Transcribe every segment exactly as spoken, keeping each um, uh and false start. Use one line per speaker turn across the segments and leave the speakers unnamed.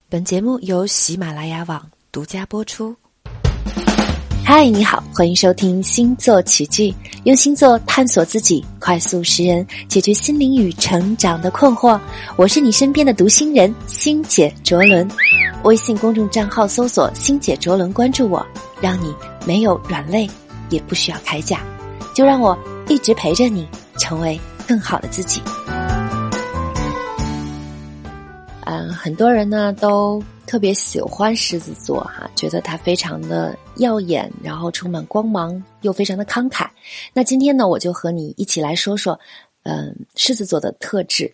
本节目由喜马拉雅网独家播出。嗨，你好，欢迎收听星座奇迹，用星座探索自己，快速识人，解决心灵与成长的困惑。我是你身边的读心人星姐卓伦，微信公众账号搜索星姐卓伦，关注我，让你没有软肋，也不需要铠甲，就让我一直陪着你，成为更好的自己。嗯，很多人呢都特别喜欢狮子座哈，觉得他非常的耀眼，然后充满光芒，又非常的慷慨。那今天呢，我就和你一起来说说，嗯，狮子座的特质。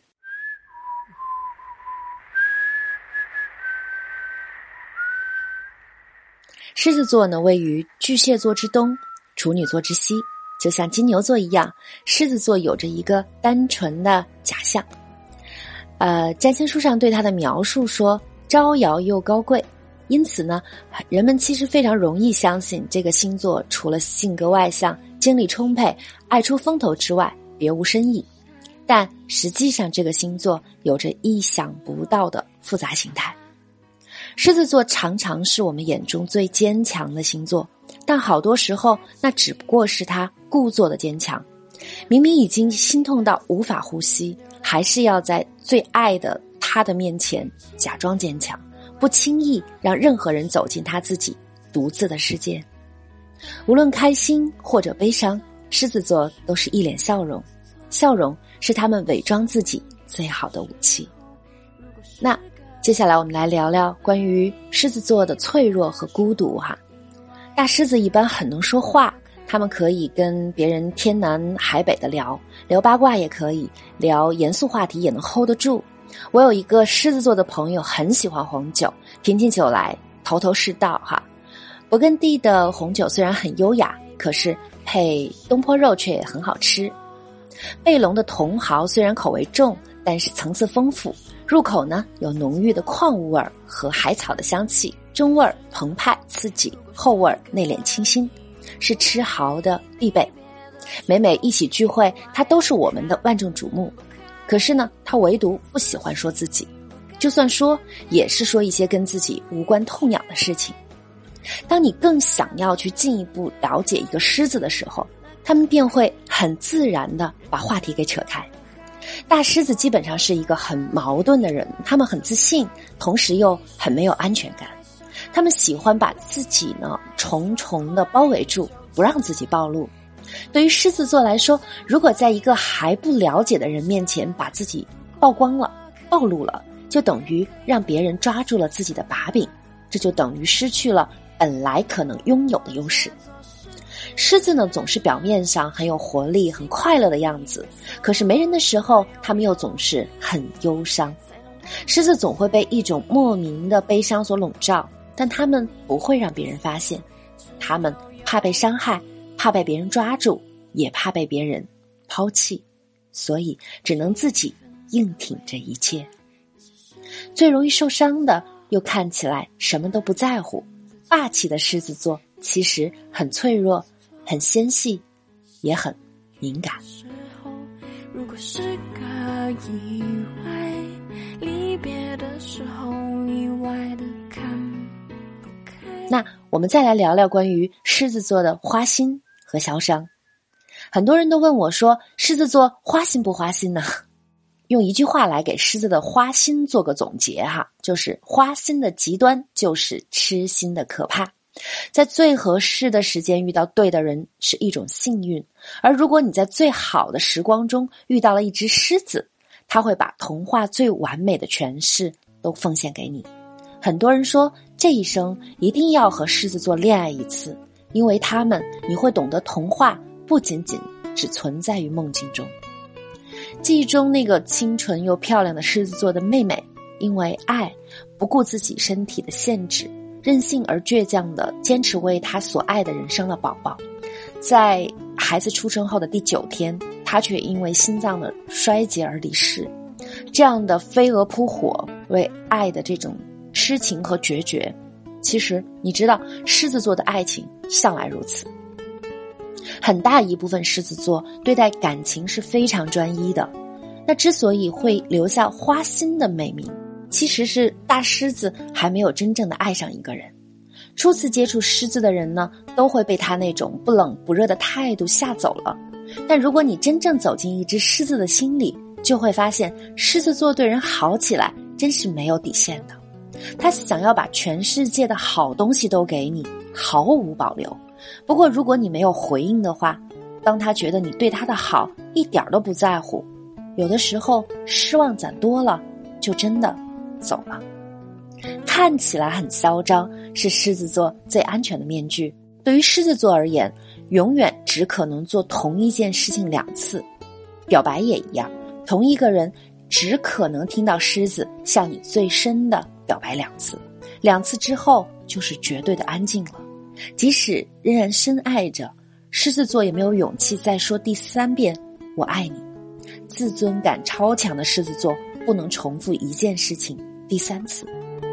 狮子座呢，位于巨蟹座之东，处女座之西，就像金牛座一样，狮子座有着一个单纯的假象。呃，占星书上对他的描述说，招摇又高贵，因此呢，人们其实非常容易相信这个星座除了性格外向、精力充沛、爱出风头之外，别无深意。但实际上，这个星座有着意想不到的复杂形态。狮子座常常是我们眼中最坚强的星座，但好多时候，那只不过是他故作的坚强。明明已经心痛到无法呼吸，还是要在最爱的他的面前假装坚强，不轻易让任何人走进他自己独自的世界。无论开心或者悲伤，狮子座都是一脸笑容，笑容是他们伪装自己最好的武器。那接下来我们来聊聊关于狮子座的脆弱和孤独哈。大狮子一般很能说话，他们可以跟别人天南海北的聊，聊八卦也可以，聊严肃话题也能 hold 得住。我有一个狮子座的朋友很喜欢红酒，品起酒来头头是道哈。勃艮第的红酒虽然很优雅，可是配东坡肉却也很好吃。贝隆的茼蒿虽然口味重，但是层次丰富，入口呢有浓郁的矿物味和海草的香气，中味澎湃刺激，后味内敛清新，是吃蚝的必备。每每一起聚会，他都是我们的万众瞩目。可是呢，他唯独不喜欢说自己，就算说，也是说一些跟自己无关痛痒的事情。当你更想要去进一步了解一个狮子的时候，他们便会很自然地把话题给扯开。大狮子基本上是一个很矛盾的人，他们很自信，同时又很没有安全感。他们喜欢把自己呢重重的包围住，不让自己暴露。对于狮子座来说，如果在一个还不了解的人面前把自己曝光了、暴露了，就等于让别人抓住了自己的把柄，这就等于失去了本来可能拥有的优势。狮子呢，总是表面上很有活力、很快乐的样子，可是没人的时候，他们又总是很忧伤。狮子总会被一种莫名的悲伤所笼罩，但他们不会让别人发现，他们怕被伤害，怕被别人抓住，也怕被别人抛弃，所以只能自己硬挺这一切。最容易受伤的，又看起来什么都不在乎，霸气的狮子座其实很脆弱，很纤细，也很敏感。如果是个意外，离别的时候意外的看不开。那我们再来聊聊关于狮子座的花心和嚣张。很多人都问我说，狮子座花心不花心呢？用一句话来给狮子的花心做个总结哈，就是花心的极端就是痴心的可怕。在最合适的时间遇到对的人是一种幸运，而如果你在最好的时光中遇到了一只狮子，他会把童话最完美的诠释都奉献给你。很多人说这一生一定要和狮子座恋爱一次，因为他们你会懂得童话不仅仅只存在于梦境中。记忆中那个清纯又漂亮的狮子座的妹妹，因为爱不顾自己身体的限制，任性而倔强地坚持为她所爱的人生了宝宝。在孩子出生后的第九天，她却因为心脏的衰竭而离世。这样的飞蛾扑火，为爱的这种痴情和决绝，其实你知道狮子座的爱情向来如此。很大一部分狮子座对待感情是非常专一的，那之所以会留下花心的美名， 其实是大狮子还没有真正的爱上一个人。初次接触狮子的人呢，都会被他那种不冷不热的态度吓走了。但如果你真正走进一只狮子的心里，就会发现狮子座对人好起来真是没有底线的。他想要把全世界的好东西都给你，毫无保留。不过如果你没有回应的话，当他觉得你对他的好一点都不在乎，有的时候失望攒多了，就真的走了。看起来很嚣张，是狮子座最安全的面具。对于狮子座而言，永远只可能做同一件事情两次。表白也一样，同一个人只可能听到狮子向你最深的表白两次，两次之后就是绝对的安静了。即使仍然深爱着，狮子座也没有勇气再说第三遍我爱你。自尊感超强的狮子座不能重复一件事情第三次。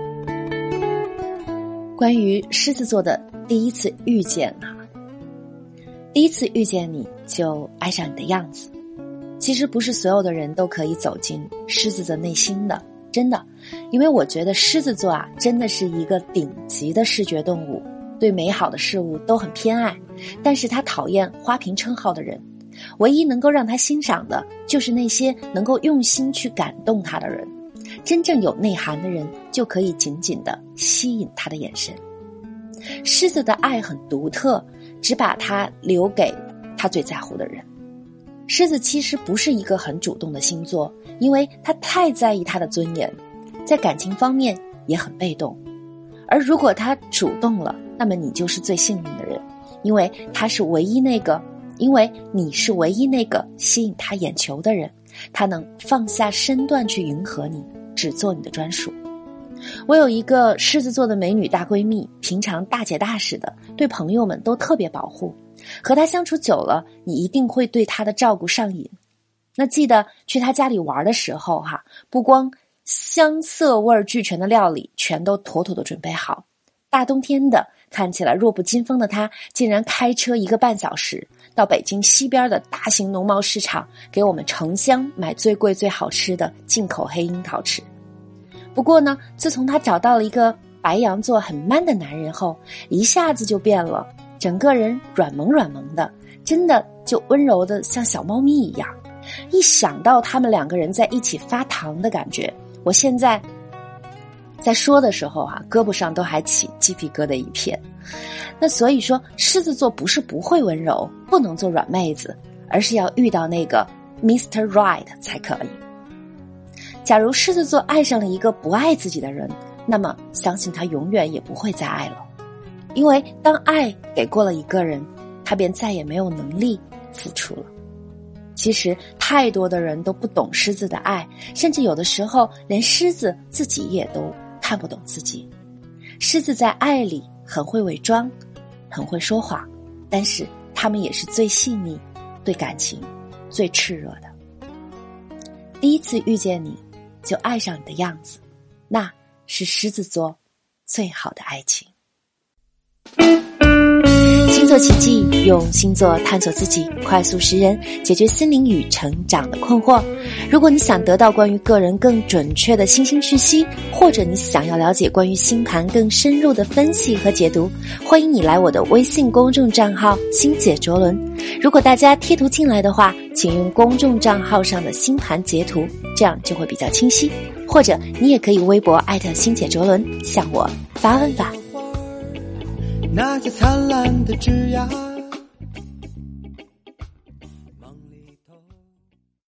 关于狮子座的第一次遇见啊，第一次遇见你就爱上你的样子。其实不是所有的人都可以走进狮子的内心的，真的。因为我觉得狮子座啊，真的是一个顶级的视觉动物，对美好的事物都很偏爱，但是他讨厌花瓶称号的人。唯一能够让他欣赏的，就是那些能够用心去感动他的人。真正有内涵的人，就可以紧紧地吸引他的眼神。狮子的爱很独特，只把它留给他最在乎的人。狮子其实不是一个很主动的星座，因为他太在意他的尊严，在感情方面也很被动。而如果他主动了，那么你就是最幸运的人，因为他是唯一那个因为你是唯一那个吸引他眼球的人，他能放下身段去迎合你，只做你的专属。我有一个狮子座的美女大闺蜜，平常大姐大似的，对朋友们都特别保护。和她相处久了，你一定会对她的照顾上瘾。那记得去她家里玩的时候哈，不光香色味俱全的料理全都妥妥的准备好。大冬天的，看起来弱不禁风的她，竟然开车一个半小时到北京西边的大型农贸市场，给我们成箱买最贵最好吃的进口黑樱桃吃。不过呢，自从她找到了一个白羊座很 man 的男人后，一下子就变了，整个人软萌软萌的，真的就温柔的像小猫咪一样。一想到他们两个人在一起发糖的感觉，我现在在说的时候啊，胳膊上都还起鸡皮疙瘩一片。那所以说，狮子座不是不会温柔，不能做软妹子，而是要遇到那个 mister Right 才可以。假如狮子座爱上了一个不爱自己的人，那么相信他永远也不会再爱了。因为当爱给过了一个人，他便再也没有能力付出了。其实太多的人都不懂狮子的爱，甚至有的时候连狮子自己也都看不懂自己。狮子在爱里很会伪装，很会说谎，但是他们也是最细腻，对感情最炽热的。第一次遇见你就爱上你的样子，那是狮子座最好的爱情。星座奇迹，用星座探索自己，快速识人，解决心灵与成长的困惑。如果你想得到关于个人更准确的星星讯息，或者你想要了解关于星盘更深入的分析和解读，欢迎你来我的微信公众账号星姐卓伦。如果大家贴图进来的话，请用公众账号上的星盘截图，这样就会比较清晰。或者你也可以微博艾特星姐卓伦向我发问吧。
那些灿烂的枝桠